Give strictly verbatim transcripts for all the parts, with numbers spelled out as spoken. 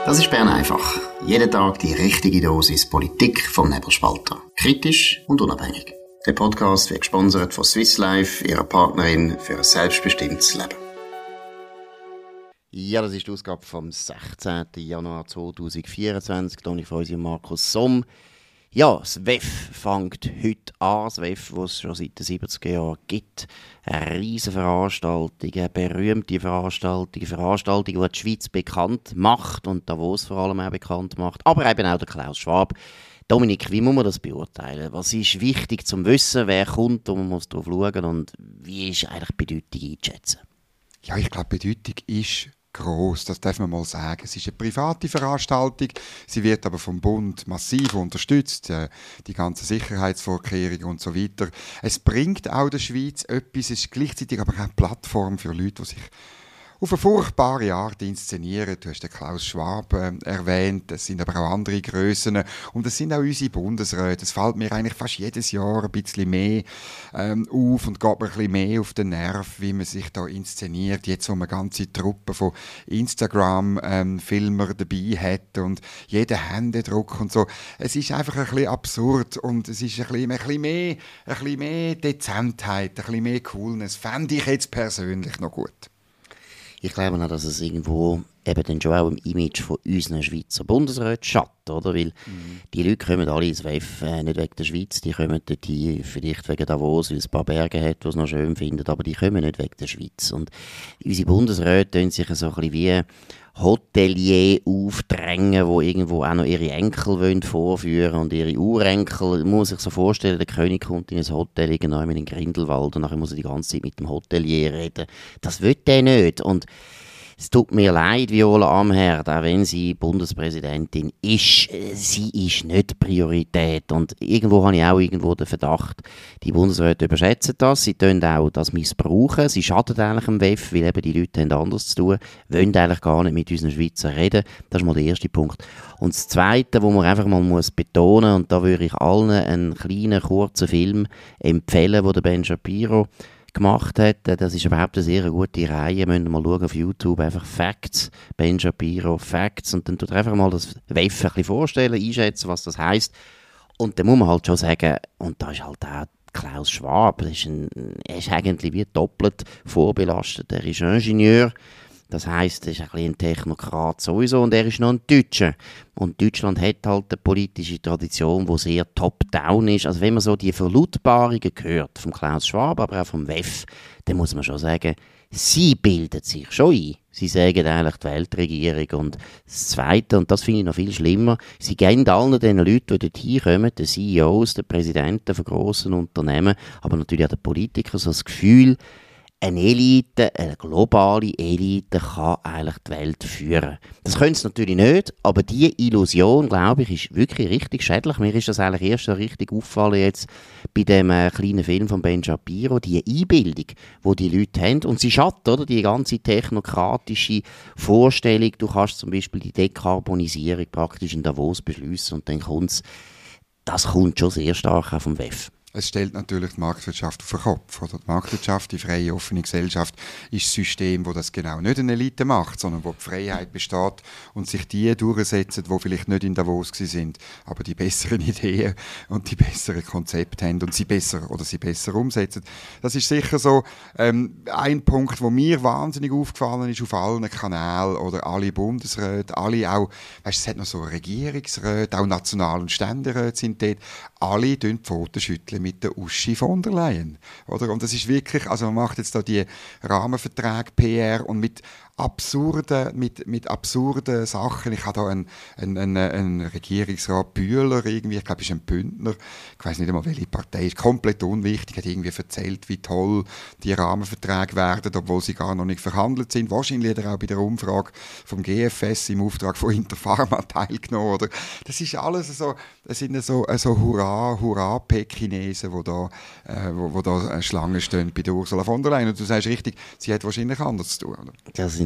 Das ist Bern einfach. Jeden Tag die richtige Dosis Politik vom Nebelspalter. Kritisch und unabhängig. Der Podcast wird gesponsert von Swiss Life, ihrer Partnerin für ein selbstbestimmtes Leben. Ja, das ist die Ausgabe vom sechzehnten Januar zweitausendvierundzwanzig. Toni Freusi und Markus Somm. Ja, das W E F fängt heute an. Das W E F, das es schon seit den siebziger Jahren gibt. Eine riesige Veranstaltung, eine berühmte Veranstaltung, eine Veranstaltung, die die Schweiz bekannt macht und Davos vor allem auch bekannt macht. Aber eben auch der Klaus Schwab. Dominik, wie muss man das beurteilen? Was ist wichtig zum Wissen, wer kommt und man muss darauf schauen und wie ist eigentlich die Bedeutung einzuschätzen? Ja, ich glaube, die Bedeutung ist gross, das darf man mal sagen. Es ist eine private Veranstaltung, sie wird aber vom Bund massiv unterstützt, äh, die ganzen Sicherheitsvorkehrungen und so weiter. Es bringt auch der Schweiz etwas, es ist gleichzeitig aber auch eine Plattform für Leute, die sich auf eine furchtbare Art inszenieren. Du hast den Klaus Schwab äh, erwähnt, es sind aber auch andere Grössen und es sind auch unsere Bundesräte. Es fällt mir eigentlich fast jedes Jahr ein bisschen mehr ähm, auf und geht mir ein bisschen mehr auf den Nerv, wie man sich da inszeniert. Jetzt, wo man eine ganze Truppe von Instagram-Filmern ähm, dabei hat und jeder Händedruck und so. Es ist einfach ein bisschen absurd und es ist ein bisschen, ein bisschen, mehr, ein bisschen mehr Dezentheit, ein bisschen mehr Coolness. Fände ich jetzt persönlich noch gut. Ich glaube auch, dass es irgendwo eben dann schon auch im Image von unseren Schweizer Bundesräten schadet, oder? Weil mhm. die Leute kommen alle ins W E F, äh, nicht wegen der Schweiz, die kommen dort hin, vielleicht wegen Davos, weil es ein paar Berge hat, die es noch schön finden, aber die kommen nicht wegen der Schweiz. Und unsere Bundesräte tun sich so ein bisschen wie Hotelier aufdrängen, die irgendwo auch noch ihre Enkel wollen vorführen und ihre Urenkel. Man muss sich so vorstellen, der König kommt in ein Hotel irgendwo in Grindelwald und nachher muss er die ganze Zeit mit dem Hotelier reden. Das will der nicht. Und es tut mir leid, Viola Amherd, auch wenn sie Bundespräsidentin ist, sie ist nicht Priorität. Und irgendwo habe ich auch irgendwo den Verdacht, die Bundesräte überschätzen das, sie tun auch das missbrauchen, sie schaden eigentlich dem W E F, weil eben die Leute haben anders zu tun, wollen eigentlich gar nicht mit unseren Schweizer reden. Das ist mal der erste Punkt. Und das Zweite, wo man einfach mal muss betonen, und da würde ich allen einen kleinen, kurzen Film empfehlen, wo der Ben Shapiro gemacht hat. Das ist überhaupt eine sehr gute Reihe. Müsst ihr mal schauen auf YouTube. Einfach Facts, Ben Shapiro, Facts. Und dann tut einfach mal das W E F ein bisschen vorstellen, einschätzen, was das heisst. Und dann muss man halt schon sagen, und da ist halt auch Klaus Schwab, das ist ein, er ist eigentlich wie doppelt vorbelastet. Er ist Ingenieur, das heisst, er ist ein bisschen ein Technokrat sowieso und er ist noch ein Deutscher. Und Deutschland hat halt eine politische Tradition, die sehr top-down ist. Also wenn man so die Verlautbarungen hört vom Klaus Schwab, aber auch vom W E F, dann muss man schon sagen, sie bildet sich schon ein. Sie sagen eigentlich die Weltregierung. Und das Zweite, und das finde ich noch viel schlimmer, sie geben allen den Leuten, die dort hinkommen, den C E Os, den Präsidenten von grossen Unternehmen, aber natürlich auch den Politikern, so das Gefühl, eine Elite, eine globale Elite kann eigentlich die Welt führen. Das können sie natürlich nicht, aber diese Illusion, glaube ich, ist wirklich richtig schädlich. Mir ist das eigentlich erst so richtig auffallen jetzt bei dem äh, kleinen Film von Ben Shapiro, die Einbildung, die die Leute haben. Und sie schadet, oder? Die ganze technokratische Vorstellung, du kannst zum Beispiel die Dekarbonisierung praktisch in Davos beschließen und dann kommt's, das kommt schon sehr stark auch vom W E F. Es stellt natürlich die Marktwirtschaft auf den Kopf. Oder? Die Marktwirtschaft, die freie, offene Gesellschaft, ist ein System, wo das genau nicht eine Elite macht, sondern wo die Freiheit besteht und sich die durchsetzen, die vielleicht nicht in Davos sind, aber die besseren Ideen und die besseren Konzepte haben und sie besser oder sie besser umsetzen. Das ist sicher so ähm, ein Punkt, wo mir wahnsinnig aufgefallen ist auf allen Kanälen oder alle Bundesräte, alle auch, weißt, es hat noch so Regierungsräte, auch National- und Ständeräte sind dort, alle schütteln die Pfoten mit der Uschi von der Leyen. Oder? Und das ist wirklich, also man macht jetzt da die Rahmenverträge, P R und mit absurden, mit, mit absurden Sachen. Ich habe da einen, einen, einen, einen Regierungsrat Bühler, irgendwie, ich glaube, ist ein Bündner, ich weiß nicht einmal, welche Partei, ist komplett unwichtig, hat irgendwie erzählt, wie toll die Rahmenverträge werden, obwohl sie gar noch nicht verhandelt sind. Wahrscheinlich hat er auch bei der Umfrage vom G F S im Auftrag von Interpharma teilgenommen. Oder? Das ist alles so, es sind so, so Hurra, Hurra-Pekinesen, die da, äh, wo, wo da Schlange stehen bei der Ursula von der Leyen. Und du sagst richtig, sie hat wahrscheinlich anders zu tun. Oder? Das sind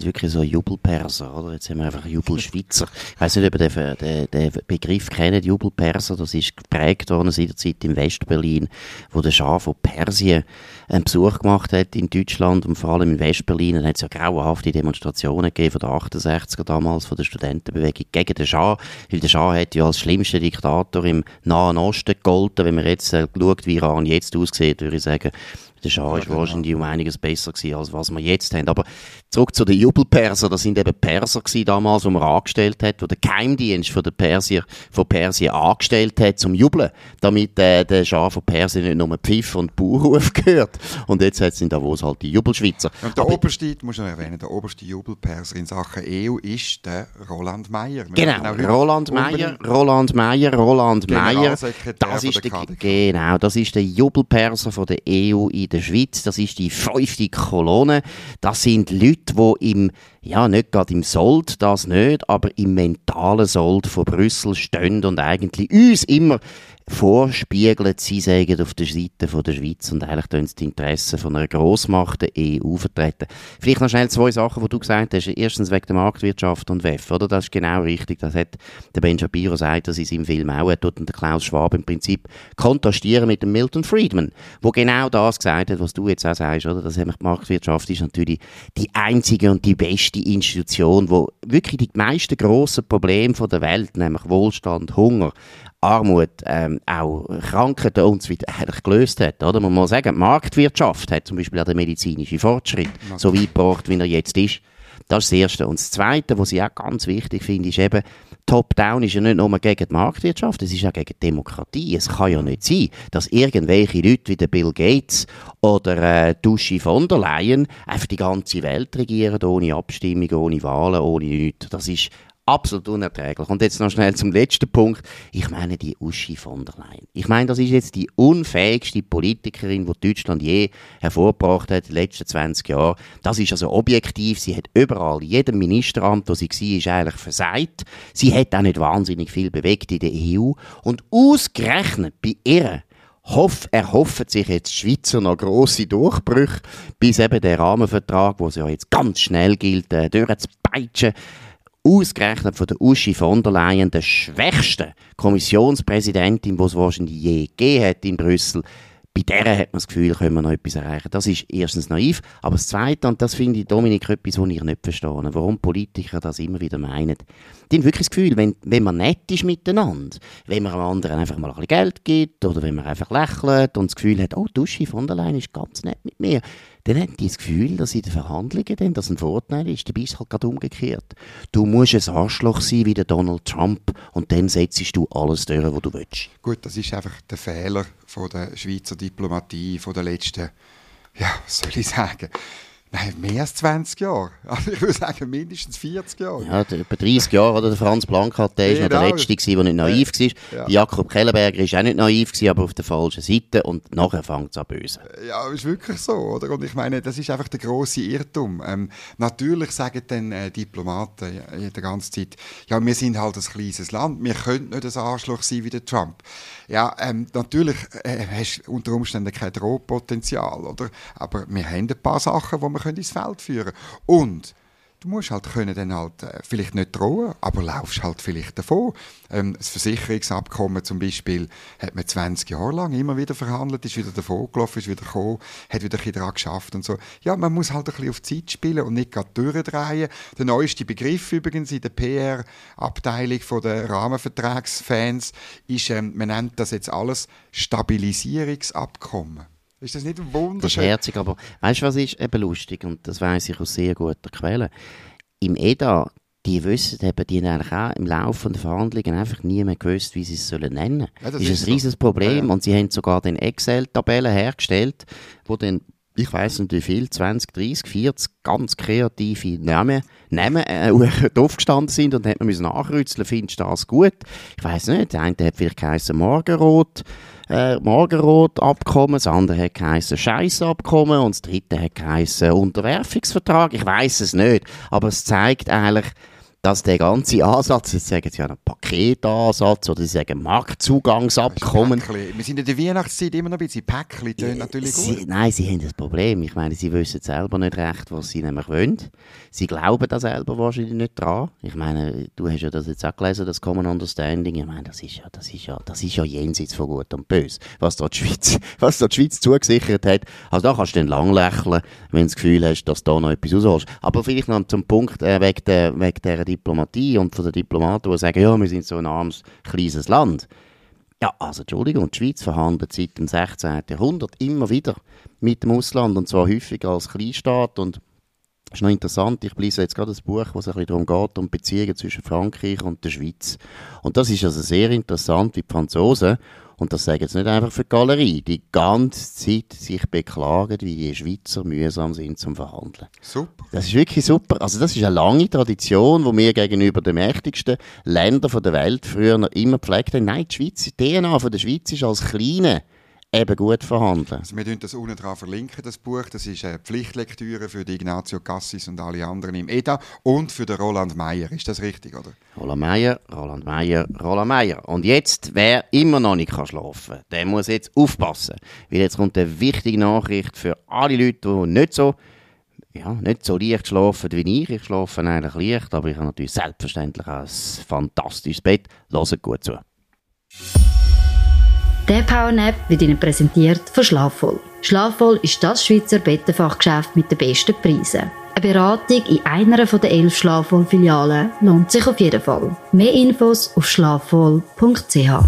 sind wirklich so Jubelperser, oder? Jetzt haben wir einfach Jubelschweizer. Ich weiss nicht, ob ihr den, den, den Begriff kennt, Jubelperser. Das ist geprägt worden seinerzeit im Westberlin, wo der Schah von Persien einen Besuch gemacht hat in Deutschland und vor allem in Westberlin. Dann hat es ja grauenhafte Demonstrationen gegeben von den achtundsechziger damals, von der Studentenbewegung gegen den Schah. Weil der Schah hat ja als schlimmster Diktator im Nahen Osten gegolten. Wenn man jetzt äh, schaut, wie Iran jetzt aussieht, würde ich sagen, der Schah ist wahrscheinlich um einiges besser gewesen, als was wir jetzt haben. Aber zurück zu den Jubelperser. Das sind eben Perser gewesen damals, die man angestellt hat, wo der Geheimdienst von der Persier, von Persien angestellt hat zum Jubeln, damit äh, der Schah von Persien nicht nur Pfiff und Bauerruf gehört. Und jetzt sind da wo halt die Jubelschweizer. Und der Aber, oberste, muss ich noch erwähnen, der oberste Jubelperser in Sachen E U ist der Roland Meier. Genau, Roland Meier, Roland Meier, Roland Meier. Das ist der, genau, das ist der Jubelperser von der E U in der Schweiz. Das ist die fünfte Kolonne. Das sind Leute, die im, ja, nicht gerade im Sold, das nicht, aber im mentalen Sold von Brüssel stehen und eigentlich uns immer vorspiegeln, sie sagen auf der Seite von der Schweiz und eigentlich tun sie die Interessen von einer Grossmacht, der E U, vertreten. Vielleicht noch schnell zwei Sachen, die du gesagt hast. Erstens wegen der Marktwirtschaft und W E F, oder? Das ist genau richtig. Das hat der Ben Shapiro sagt, das in seinem Film auch. Er tut den Klaus Schwab im Prinzip kontrastieren mit dem Milton Friedman, wo genau das gesagt hat, was du jetzt auch sagst, oder? Das die Marktwirtschaft ist natürlich die einzige und die beste Institution, wo wirklich die meisten grossen Probleme der Welt, nämlich Wohlstand, Hunger, Armut, ähm, auch Krankheiten und so weiter eigentlich gelöst hat. Oder? Man muss sagen, die Marktwirtschaft hat zum Beispiel auch den medizinischen Fortschritt okay. so weit gebracht, wie er jetzt ist. Das ist das Erste. Und das Zweite, was ich auch ganz wichtig finde, ist eben, Top-Down ist ja nicht nur gegen die Marktwirtschaft, es ist auch gegen die Demokratie. Es kann ja nicht sein, dass irgendwelche Leute wie der Bill Gates oder äh, Uschi von der Leyen einfach die ganze Welt regieren, ohne Abstimmung, ohne Wahlen, ohne nichts. Das ist absolut unerträglich. Und jetzt noch schnell zum letzten Punkt. Ich meine die Uschi von der Leyen. Ich meine, das ist jetzt die unfähigste Politikerin, die Deutschland je hervorgebracht hat in den letzten zwanzig Jahren. Das ist also objektiv. Sie hat überall, in jedem Ministeramt, wo sie war, ist eigentlich versagt. Sie hat auch nicht wahnsinnig viel bewegt in der E U. Und ausgerechnet bei ihr Hoff, erhoffen sich jetzt die Schweizer noch grosse Durchbrüche, bis eben der Rahmenvertrag, wo es ja jetzt ganz schnell gilt, äh, durchzupeitschen. Ausgerechnet von der Uschi von der Leyen, der schwächsten Kommissionspräsidentin, die es wahrscheinlich je gegeben hat in Brüssel. Bei der hat man das Gefühl, können wir noch etwas erreichen. Das ist erstens naiv, aber das Zweite, und das finde ich, Dominik, etwas, was ich nicht verstehe, warum Politiker das immer wieder meinen. Die haben wirklich das Gefühl, wenn, wenn man nett ist miteinander, wenn man einem anderen einfach mal ein bisschen Geld gibt oder wenn man einfach lächelt und das Gefühl hat, oh, die Uschi von der Leyen ist ganz nett mit mir, dann haben die das Gefühl, dass in den Verhandlungen dann das ein Vorteil ist. Dabei ist es halt gerade umgekehrt. Du musst ein Arschloch sein wie der Donald Trump und dann setzt du alles durch, was du willst. Gut, das ist einfach der Fehler von der Schweizer Diplomatie von der letzten, ja, was soll ich sagen, nein, mehr als zwanzig Jahre. Also ich würde sagen, mindestens vierzig Jahre. Ja, etwa dreißig Jahre, oder? Der Franz Blanchard, der war genau. noch der Letzte, der nicht naiv war. Ja. Jakob Kellenberger war auch nicht naiv, aber auf der falschen Seite. Und nachher fängt es an böse. Ja, ist wirklich so, oder? Und ich meine, das ist einfach der grosse Irrtum. Ähm, natürlich sagen dann äh, Diplomaten ja, die ganze Zeit, ja, wir sind halt ein kleines Land, wir können nicht ein Arschloch sein wie der Trump. Ja, ähm, natürlich äh, hast du unter Umständen kein Drohpotenzial, oder? Aber wir haben ein paar Sachen, die wir ins Feld führen können. Und du musst halt können dann halt äh, vielleicht nicht drohen, aber laufst halt vielleicht davon. Ähm, das Versicherungsabkommen zum Beispiel hat man zwanzig Jahre lang immer wieder verhandelt, ist wieder davon gelaufen, ist wieder gekommen, hat wieder ein bisschen daran geschafft und so. Ja, man muss halt ein bisschen auf Zeit spielen und nicht gerade durchdrehen. Der neueste Begriff übrigens in der P R-Abteilung der Rahmenvertragsfans ist, ähm, man nennt das jetzt alles Stabilisierungsabkommen. Ist das nicht ein Wunder? Das ist herzig, aber weißt du, was ist eben lustig? Und das weiss ich aus sehr guter Quelle. Im E D A, die wissen eben, die haben eigentlich auch im Laufe der Verhandlungen einfach nie mehr gewusst, wie sie es sollen nennen. Ja, das ist, ist ein riesiges Problem. Ja, ja. Und sie haben sogar den Excel-Tabellen hergestellt, wo dann, ich weiss nicht wie viel, zwanzig, dreißig, vierzig ganz kreative Namen, Namen äh, aufgestanden sind und dann hat man nachkreuzeln, findest du das gut? Ich weiss nicht, der eine hat vielleicht geheißen Morgenrot, Äh, Morgenrot-Abkommen, das andere hat geheißen Scheissabkommen und das dritte hat geheißen Unterwerfungsvertrag. Ich weiss es nicht, aber es zeigt eigentlich, dass der ganze Ansatz, jetzt sagen sie ja einen Paketansatz oder sie sagen Marktzugangsabkommen. Wir sind in der Weihnachtszeit immer noch ein bisschen Päckchen, tönt natürlich sie, gut. Nein, sie haben das Problem. Ich meine, sie wissen selber nicht recht, was sie nämlich wollen. Sie glauben da selber wahrscheinlich nicht dran. Ich meine, du hast ja das jetzt auch gelesen, das Common Understanding. Ich meine, das ist ja, das ist ja, das ist ja jenseits von Gut und Böse, was da die Schweiz, was da die Schweiz zugesichert hat. Also da kannst du dann lang lächeln, wenn du das Gefühl hast, dass du da noch etwas rausholst. Aber vielleicht noch zum Punkt äh, wegen der, wegen der Diplomatie und von den Diplomaten, die sagen, ja, wir sind so ein armes, kleines Land. Ja, also Entschuldigung, die Schweiz verhandelt seit dem sechzehnten Jahrhundert immer wieder mit dem Ausland und zwar häufiger als Kleinstaat. Und das ist noch interessant, ich lese jetzt gerade ein Buch, wo es ein bisschen darum geht, um Beziehungen zwischen Frankreich und der Schweiz. Und das ist also sehr interessant, wie die Franzosen, und das sagen jetzt nicht einfach für die Galerie, die ganze Zeit sich beklagen, wie die Schweizer mühsam sind zum Verhandeln. Super. Das ist wirklich super. Also das ist eine lange Tradition, die wir gegenüber den mächtigsten Ländern der Welt früher noch immer gepflegt haben. Nein, die Schweiz, die D N A von der Schweiz ist als Kleine eben gut verhandeln. Also wir verlinken das unten dran verlinken, das Buch. Das ist eine Pflichtlektüre für die Ignacio Cassis und alle anderen im E D A und für den Roland Meier. Ist das richtig, oder? Roland Meier, Roland Meier, Roland Meier. Und jetzt, wer immer noch nicht schlafen kann, der muss jetzt aufpassen. Weil jetzt kommt eine wichtige Nachricht für alle Leute, die nicht so, ja, nicht so leicht schlafen wie ich. Ich schlafe eigentlich leicht, aber ich habe natürlich selbstverständlich auch ein fantastisches Bett. Hört gut zu. Der Powernap wird Ihnen präsentiert von Schlafvoll. Schlafvoll ist das Schweizer Bettenfachgeschäft mit den besten Preisen. Eine Beratung in einer der elf Schlafvoll-Filialen lohnt sich auf jeden Fall. Mehr Infos auf schlafvoll punkt c h.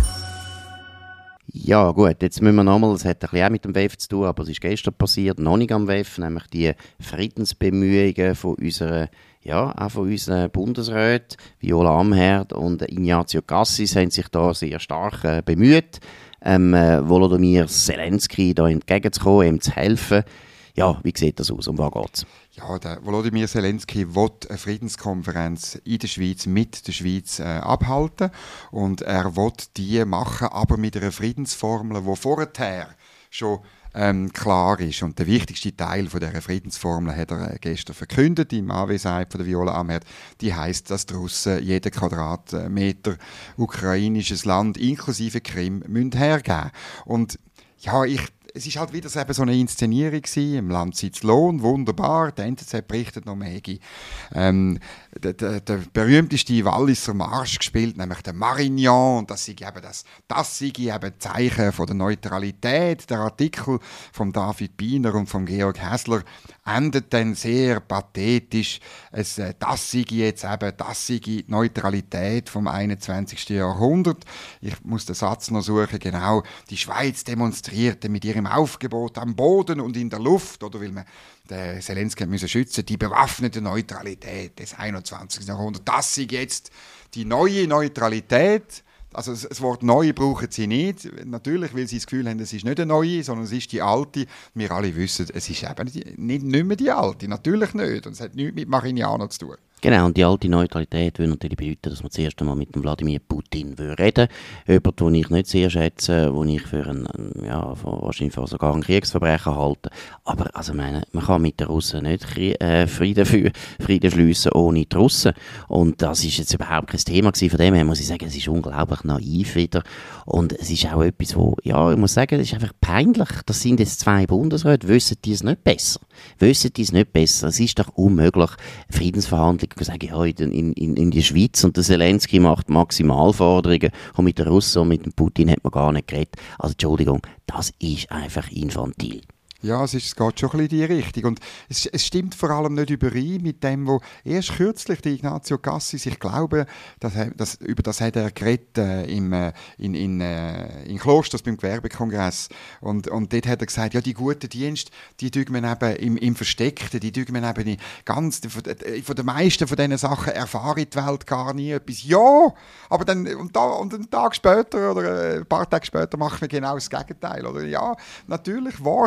Ja gut, jetzt müssen wir nochmal, das hat ein bisschen auch mit dem W E F zu tun, aber es ist gestern passiert, noch nicht am W E F, nämlich die Friedensbemühungen von unserer, ja, auch von unseren Bundesräten, Viola Amherd und Ignacio Cassis haben sich da sehr stark äh, bemüht, ähm, äh, Volodymyr Zelensky da entgegenzukommen, ihm zu helfen. Ja, wie sieht das aus? Um was geht's? Ja, der Volodymyr Zelensky will eine Friedenskonferenz in der Schweiz mit der Schweiz äh, abhalten und er will die machen, aber mit einer Friedensformel, die vorher schon ähm, klar ist. Und der wichtigste Teil von dieser Friedensformel hat er äh, gestern verkündet, im Anwesenheit von der Viola Amherd. Die heisst, dass die Russen jeden Quadratmeter ukrainisches Land inklusive Krim müssen hergeben. Und ja, ich Es war halt wieder so, so eine Inszenierung gewesen. Im Land sitzt Lohn, wunderbar. Die N Z Z berichtet noch mehr. Ähm, der, der, der berühmteste Walliser Marsch gespielt, nämlich der Marignan. Und das sei eben das, das sei eben Zeichen von der Neutralität. Der Artikel von David Biener und von Georg Häsler endet dann sehr pathetisch. Es, äh, das sei jetzt eben, das sei die Neutralität vom einundzwanzigsten Jahrhundert. Ich muss den Satz noch suchen, genau. Die Schweiz demonstrierte mit ihrem Aufgebot am Boden und in der Luft, oder will man den Zelensky müssen schützen, die bewaffnete Neutralität des einundzwanzigsten Jahrhunderts. Das sei jetzt die neue Neutralität. Also das Wort «neu» brauchen sie nicht. Natürlich, weil sie das Gefühl haben, es ist nicht eine neue, sondern es ist die alte. Wir alle wissen, es ist eben nicht, nicht mehr die alte. Natürlich nicht. Und es hat nichts mit Marignan zu tun. Genau, und die alte Neutralität würde natürlich bedeuten, dass wir zuerst einmal mit dem Wladimir Putin reden. Jemand, den ich nicht sehr schätze, den ich für einen, ja, wahrscheinlich für sogar einen Kriegsverbrecher halte. Aber also meine, man kann mit den Russen nicht äh, Frieden, für, Frieden schliessen ohne die Russen. Und das ist jetzt überhaupt kein Thema gewesen. Von dem her muss ich sagen, es ist unglaublich naiv wieder. Und es ist auch etwas, wo, ja, ich muss sagen, es ist einfach peinlich. Das sind jetzt zwei Bundesräte, wissen die es nicht besser? Wissen die es nicht besser? Es ist doch unmöglich, Friedensverhandlungen zu sagen, ja, in, in, in die Schweiz und der Zelensky macht Maximalforderungen und mit den Russen und mit dem Putin hat man gar nicht geredet. Also Entschuldigung, das ist einfach infantil. Ja, es, ist, es geht schon ein bisschen in die Richtung. Und es, es stimmt vor allem nicht überein mit dem, wo erst kürzlich der Ignacio Cassis, ich glaube, dass, dass, über das hat er geredet äh, im, äh, in, in, äh, in Klosters beim Gewerbekongress. Und, und dort hat er gesagt, ja, die guten Dienste, die tun man eben im, im Versteckten, die tun man eben in ganz, von, von den meisten von diesen Sachen erfahre ich die Welt gar nie etwas. Ja, aber dann, und, da, und einen Tag später oder ein paar Tage später machen wir genau das Gegenteil. Oder? Ja, natürlich, wahrscheinlich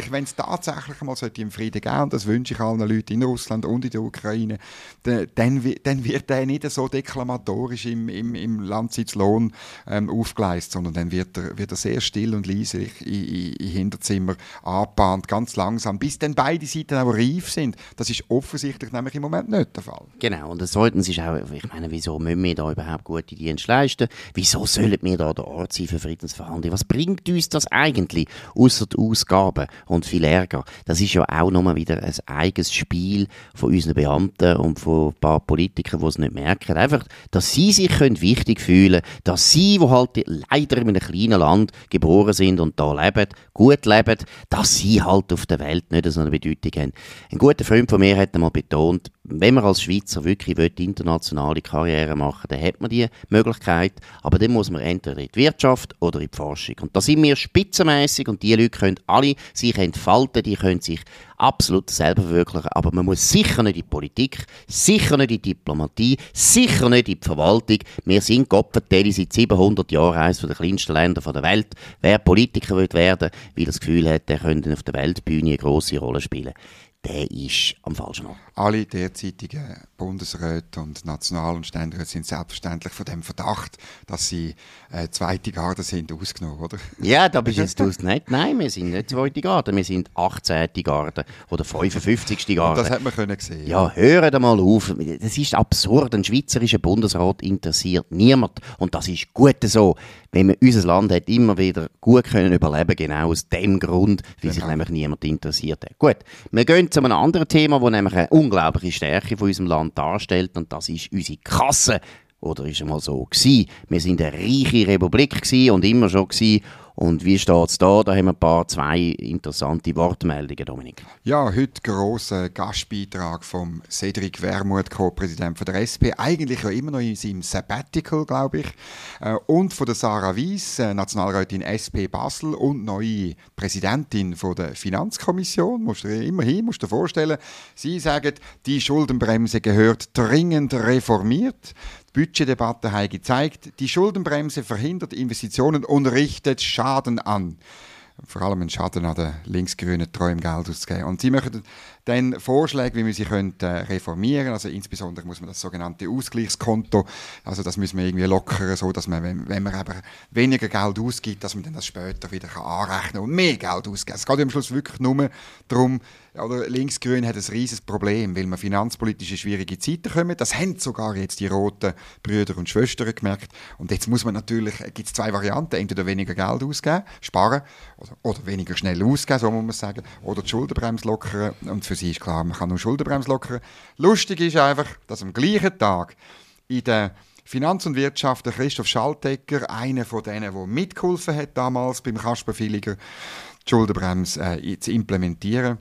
wirklich, wenn es tatsächlich mal im Frieden geben, und das wünsche ich allen Leuten in Russland und in der Ukraine, dann, dann wird der nicht so deklamatorisch im, im, im Landsitzlohn ähm, aufgeleistet, sondern dann wird er, wird er sehr still und leise in, in, in Hinterzimmer angebahnt, ganz langsam, bis dann beide Seiten auch reif sind. Das ist offensichtlich nämlich im Moment nicht der Fall. Genau, und das zweitens ist auch, ich meine, wieso müssen wir da überhaupt gute Dienste leisten? Wieso sollen wir da der Ort sein für Friedensverhandlungen? Was bringt uns das eigentlich, ausser die Ausgaben und viel Ärger? Das ist ja auch nochmal wieder ein eigenes Spiel von unseren Beamten und von ein paar Politikern, die es nicht merken. Einfach, dass sie sich können wichtig fühlen können, dass sie, die halt leider in einem kleinen Land geboren sind und da leben, gut leben, dass sie halt auf der Welt nicht so eine Bedeutung haben. Ein guter Freund von mir hat einmal betont, wenn man als Schweizer wirklich internationale Karriere machen will, dann hat man die Möglichkeit, aber dann muss man entweder in die Wirtschaft oder in die Forschung. Und da sind wir spitzenmässig und die Leute können alle sich entfalten, die können sich absolut selber verwirklichen, aber man muss sicher nicht in die Politik, sicher nicht in die Diplomatie, sicher nicht in die Verwaltung. Wir sind Gottverdeli seit siebenhundert Jahren eines der kleinsten Länder der Welt. Wer Politiker will werden, weil er das Gefühl hat, der könnte auf der Weltbühne eine grosse Rolle spielen, der ist am falschen Ort. Alle derzeitigen Bundesräte und National- und Ständeräte sind selbstverständlich von dem Verdacht, dass sie äh, zweite Garde sind, ausgenommen, oder? Ja, da bist jetzt du nicht. Nein, wir sind nicht zweite Garde, wir sind achtzehnte Garde oder fünfundfünfzigste Garde. Und das hat man können sehen. Ja, hören mal auf. Das ist absurd. Ein schweizerischer Bundesrat interessiert niemand. Und das ist gut so. Wenn wir, unser Land hat immer wieder gut können überleben, genau aus dem Grund, weil genau. sich nämlich niemand interessiert hat. Gut, wir gehen zu einem anderen Thema, das nämlich eine unglaubliche Stärke von unserem Land darstellt, und das ist unsere Kasse. Oder ist es mal so gewesen? Wir sind eine reiche Republik gewesen und immer schon gewesen. Und wie steht es da? Da haben wir ein paar, zwei interessante Wortmeldungen, Dominik. Ja, heute grosser Gastbeitrag vom Cedric Wermuth, Co-Präsident von der S P. Eigentlich ja immer noch in seinem Sabbatical, glaube ich. Und von der Sarah Wyss, Nationalrätin S P Basel und neue Präsidentin von der Finanzkommission. Musst du dir immerhin musst du dir vorstellen, sie sagen, die Schuldenbremse gehört dringend reformiert. Die Budgetdebatte hat gezeigt, die Schuldenbremse verhindert Investitionen und richtet Schaden an. Vor allem einen Schaden an den linksgrünen Träumen Geld auszugeben. Und sie möchten dann Vorschläge, wie man sie könnte, äh, reformieren könnte. Also insbesondere muss man das sogenannte Ausgleichskonto, also das müssen wir irgendwie lockern, so dass man, wenn, wenn man aber weniger Geld ausgibt, dass man dann das später wieder kann anrechnen und mehr Geld ausgeben. Es geht am Schluss wirklich nur darum, oder Linksgrün hat ein riesiges Problem, weil wir finanzpolitische schwierige Zeiten kommen. Das haben sogar jetzt die roten Brüder und Schwestern gemerkt. Und jetzt muss man natürlich, gibt es zwei Varianten, entweder weniger Geld ausgeben, sparen, oder, oder weniger schnell ausgeben, so muss man sagen, oder die Schuldenbremse lockern. Und für sie ist klar, man kann nur Schuldenbremse lockern. Lustig ist einfach, dass am gleichen Tag in der Finanz und Wirtschaft der Christoph Schaltegger, einer von denen, der mitgeholfen hat damals beim Kasper Villiger, die Schuldenbremse äh, zu implementieren,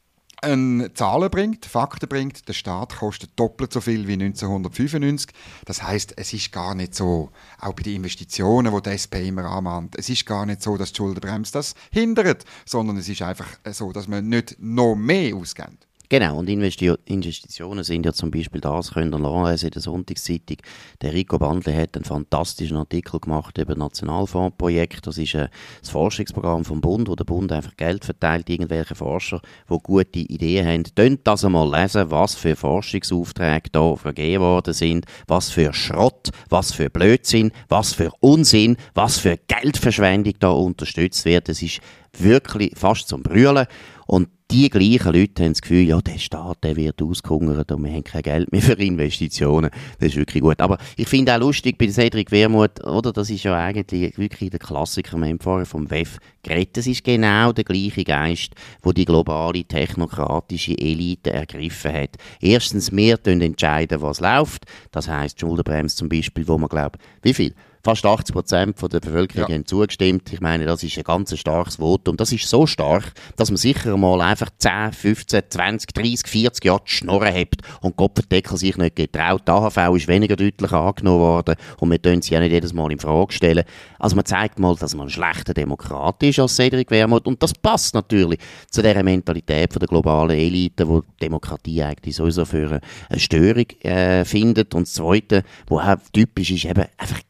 Eine Zahlen bringt, Fakten bringt. Der Staat kostet doppelt so viel wie neunzehnhundertfünfundneunzig. Das heisst, es ist gar nicht so, auch bei den Investitionen, die die S P immer anmahnt, es ist gar nicht so, dass die Schuldenbremse das hindert, sondern es ist einfach so, dass man nicht noch mehr ausgibt. Genau, und Investi- Investitionen sind ja zum Beispiel das, könnt ihr nachlesen in der Sonntagszeitung. Der Rico Bandli hat einen fantastischen Artikel gemacht über Nationalfondsprojekt. Das ist äh, das Forschungsprogramm vom Bund, wo der Bund einfach Geld verteilt, irgendwelche Forscher, die gute Ideen haben. Tönt das einmal lesen, was für Forschungsaufträge da vergeben worden sind, was für Schrott, was für Blödsinn, was für Unsinn, was für Geldverschwendung da unterstützt wird. Es ist wirklich fast zum Brüllen. Und die gleichen Leute haben das Gefühl, ja, der Staat, der wird ausgehungert und wir haben kein Geld mehr für Investitionen. Das ist wirklich gut. Aber ich finde auch lustig bei Cedric Wermuth, oder? Das ist ja eigentlich wirklich der Klassiker. Wir haben vorher vom W E F geredet. Das ist genau der gleiche Geist, wo die globale technokratische Elite ergriffen hat. Erstens, wir entscheiden, was läuft. Das heisst, Schuldenbremse zum Beispiel, wo man glaubt, wie viel? Fast achtzig Prozent der Bevölkerung ja. haben zugestimmt. Ich meine, das ist ein ganz starkes Votum. Das ist so stark, dass man sicher mal einfach zehn, fünfzehn, zwanzig, dreissig, vierzig Jahre die Schnorren hat und Gottverdeckel sich nicht getraut. Die A H V ist weniger deutlich angenommen worden und wir können sie ja nicht jedes Mal in Frage stellen. Also man zeigt mal, dass man ein schlechter Demokrat ist als Cedric Wermuth, und das passt natürlich zu dieser Mentalität von der globalen Elite, die Demokratie eigentlich sowieso für eine Störung äh, findet. Und das Zweite, was auch typisch ist, eben einfach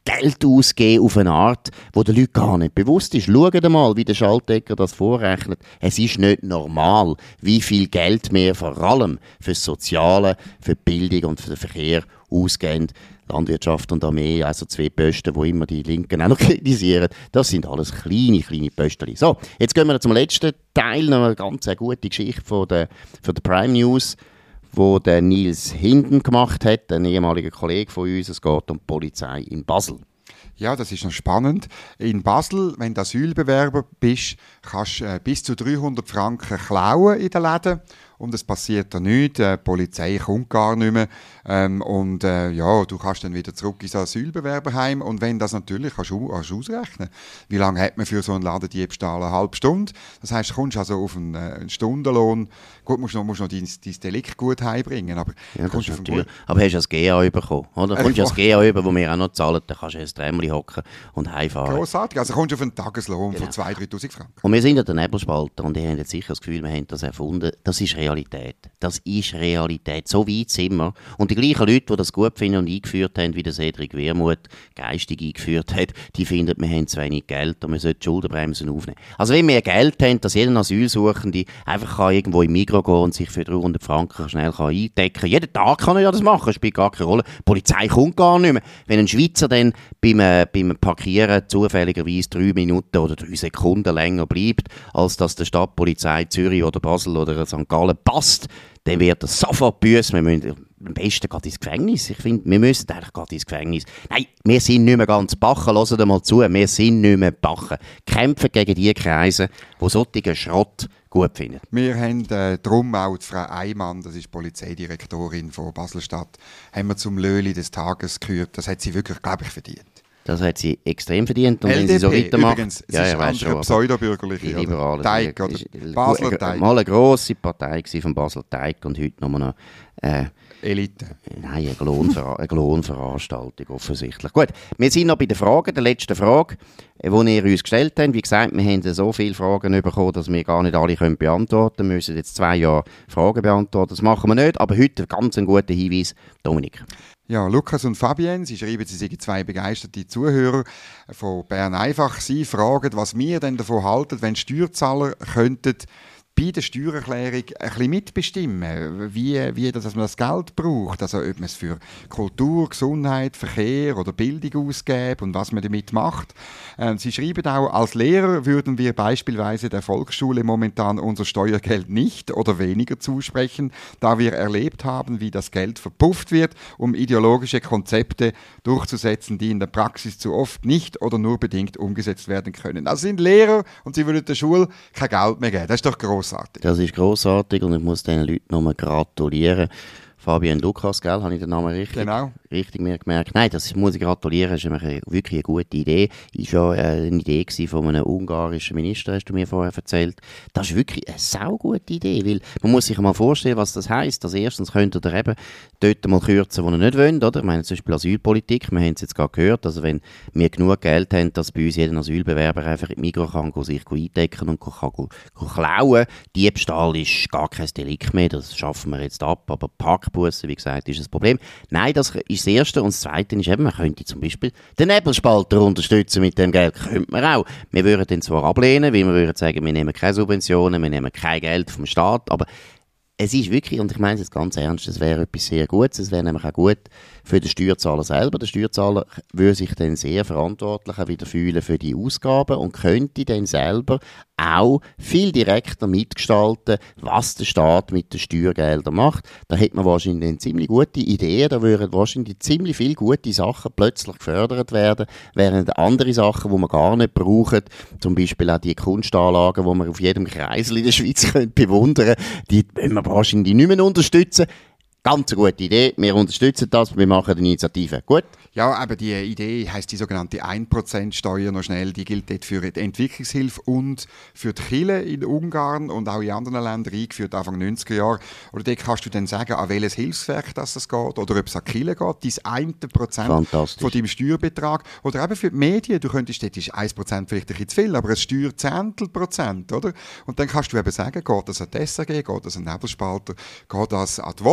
Geld ausgeben auf eine Art, wo den Leuten gar nicht bewusst ist. Schaut mal, wie der Schaltegger das vorrechnet. Es ist nicht normal, wie viel Geld wir vor allem für das Soziale, für die Bildung und für den Verkehr ausgeben. Landwirtschaft und Armee, also zwei Posten, die immer die Linken auch noch kritisieren. Das sind alles kleine, kleine Posten. So, jetzt gehen wir zum letzten Teil, noch eine ganz gute Geschichte von der, von der Prime News, wo der Nils Hinden gemacht hat, ein ehemaliger Kollege von uns. Es geht um die Polizei in Basel. Ja, das ist noch spannend. In Basel, wenn du Asylbewerber bist, kannst du äh, bis zu dreihundert Franken klauen in den Läden. Und es passiert da nichts, die Polizei kommt gar nicht mehr. Ähm, und äh, ja, du kannst dann wieder zurück ins Asylbewerberheim. Und wenn das natürlich, kannst du, kannst du ausrechnen, wie lange hat man für so einen Ladendiebstahl? Eine halbe Stunde. Das heisst, du kommst also auf einen, äh, einen Stundenlohn. Gut, musst noch, musst noch dein, dein Delikt gut heimbringen. Aber, ja, das ist gut. Aber hast du das G A bekommen? Oder? Kommst du das G A über, das wir auch noch zahlen, dann kannst du ins Trämli hocken und heimfahren. Grossartig. Also kommst du auf einen Tageslohn genau. von zweitausend, dreitausend Franken. Und wir sind ja der Nebelspalter und ihr habt jetzt sicher das Gefühl, wir haben das erfunden. Das ist Realität. Das ist Realität. So weit sind wir. Und die gleichen Leute, die das gut finden und eingeführt haben, wie der Cedric Wermuth geistig eingeführt hat, die finden, wir haben zu wenig Geld und wir sollten die Schuldenbremsen aufnehmen. Also wenn wir Geld haben, dass jeder Asylsuchende einfach kann irgendwo im Migros gehen und sich für dreihundert Franken schnell kann eindecken kann. Jeden Tag kann er ja das machen, spielt gar keine Rolle. Die Polizei kommt gar nicht mehr. Wenn ein Schweizer dann beim, äh, beim Parkieren zufälligerweise drei Minuten oder drei Sekunden länger bleibt, als dass der Stadtpolizei Zürich oder Basel oder Sankt Gallen passt, dann wird er sofort büssen. Wir müssen am besten gerade ins Gefängnis. Ich finde, wir müssen eigentlich gerade ins Gefängnis. Nein, wir sind nicht mehr ganz bachen. Hört mal zu, wir sind nicht mehr bachen. Kämpfen gegen die Kreise, die solchen Schrott gut finden. Wir haben äh, darum auch die Frau Eimann, das ist Polizeidirektorin von Basel-Stadt, haben wir zum Löli des Tages gekürt. Das hat sie wirklich, glaube ich, verdient. Das hat sie extrem verdient. Und L D P, wenn sie so weitermacht, übrigens, es ja, ist ja, eine andere pseudobürgerliche. Die Liberalen. Teig, oder Basler Teig. Mal eine grosse Partei von Basel Teig und heute nochmal noch äh, Elite. Nein, eine Klonver- eine Klonveranstaltung offensichtlich. Gut, wir sind noch bei der Frage, der letzten Frage, die ihr uns gestellt habt. Wie gesagt, wir haben so viele Fragen bekommen, dass wir gar nicht alle können beantworten können. Wir müssen jetzt zwei Jahre Fragen beantworten. Das machen wir nicht, aber heute ganz ein guter Hinweis. Dominik. Ja, Lukas und Fabienne, sie schreiben, sie seien zwei begeisterte Zuhörer von Bern einfach. Sie fragen, was wir denn davon halten, wenn Steuerzahler könnten bei der Steuererklärung ein bisschen mitbestimmen, wie, wie das, dass man das Geld braucht, also ob man es für Kultur, Gesundheit, Verkehr oder Bildung ausgibt und was man damit macht. Ähm, Sie schreiben auch, als Lehrer würden wir beispielsweise der Volksschule momentan unser Steuergeld nicht oder weniger zusprechen, da wir erlebt haben, wie das Geld verpufft wird, um ideologische Konzepte durchzusetzen, die in der Praxis zu oft nicht oder nur bedingt umgesetzt werden können. Also sind Lehrer und sie würden der Schule kein Geld mehr geben. Das ist doch gross. Das ist grossartig und ich muss diesen Leuten nochmal gratulieren. Fabian Lukas, gell? Habe ich den Namen richtig, genau. richtig mir gemerkt? Nein, das muss ich gratulieren. Das ist eine, wirklich eine gute Idee. Das war ja eine Idee von einem ungarischen Minister, hast du mir vorher erzählt. Das ist wirklich eine saugute Idee, weil man muss sich mal vorstellen, was das heisst. Also erstens könnt ihr eben dort mal kürzen, wo ihr nicht wollt, oder? Ich meine zum Beispiel Asylpolitik, wir haben es jetzt gerade gehört, also wenn wir genug Geld haben, dass bei uns jeder Asylbewerber einfach in die Migros kann, sich eindecken und kann, kann, kann klauen. Diebstahl ist gar kein Delikt mehr, das schaffen wir jetzt ab, aber Parkbussen, wie gesagt, ist ein Problem. Nein, das ist das Erste. Und das Zweite ist eben, man könnte zum Beispiel den Nebelspalter unterstützen mit dem Geld. Könnte man auch. Wir würden den zwar ablehnen, weil wir würden sagen, wir nehmen keine Subventionen, wir nehmen kein Geld vom Staat, aber es ist wirklich, und ich meine es jetzt ganz ernst, es wäre etwas sehr Gutes, es wäre nämlich auch gut für den Steuerzahler selber. Der Steuerzahler würde sich dann sehr verantwortlich wieder fühlen für die Ausgaben und könnte dann selber auch viel direkter mitgestalten, was der Staat mit den Steuergeldern macht. Da hätte man wahrscheinlich eine ziemlich gute Idee, da würden wahrscheinlich ziemlich viele gute Sachen plötzlich gefördert werden, während andere Sachen, die man gar nicht braucht, zum Beispiel auch die Kunstanlagen, die man auf jedem Kreisel in der Schweiz bewundern könnte, die wollen wir wahrscheinlich nicht mehr unterstützen. Ganz eine gute Idee, wir unterstützen das, wir machen die Initiative. Gut? Ja, aber die Idee heisst die sogenannte ein Prozent Steuer noch schnell, die gilt dort für die Entwicklungshilfe und für die Kirche in Ungarn und auch in anderen Ländern eingeführt, Anfang neunziger Jahre. Oder dort kannst du dann sagen, an welches Hilfswerk das es geht oder ob es an die Kirche geht, dein ein Prozent von deinem Steuerbetrag. Oder eben für die Medien, du könntest, dort ist ein Prozent vielleicht ein bisschen zu viel, aber ein Steuerzehntel Prozent, oder? Und dann kannst du eben sagen, geht das an die S R G, geht das an den Nebelspalter, geht das an die W O Z zum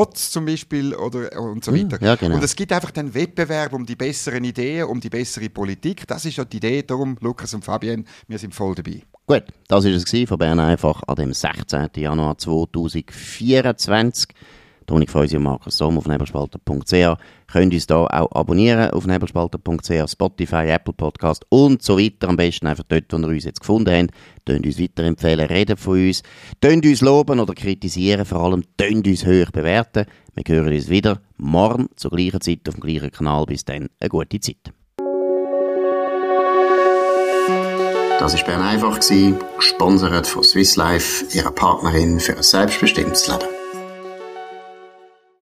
zum Beispiel oder, und so weiter. Ja, genau. Und es gibt einfach den Wettbewerb um die besseren Ideen, um die bessere Politik. Das ist ja die Idee. Darum, Lukas und Fabienne, wir sind voll dabei. Gut, das war es von Bern einfach an dem sechzehnten Januar zweitausendvierundzwanzig. Dominik Feusi und Markus Somm auf nebelspalter punkt c h. Könnt uns hier auch abonnieren auf nebelspalter punkt c h, Spotify, Apple Podcast und so weiter. Am besten einfach dort, wo ihr uns jetzt gefunden habt. Tönt uns weiterempfehlen, reden von uns. Tönt uns loben oder kritisieren, vor allem tönt uns hoch bewerten. Wir hören uns wieder morgen zur gleichen Zeit auf dem gleichen Kanal. Bis dann, eine gute Zeit. Das war Bern einfach, gesponsert von Swiss Life, ihrer Partnerin für ein selbstbestimmtes Leben.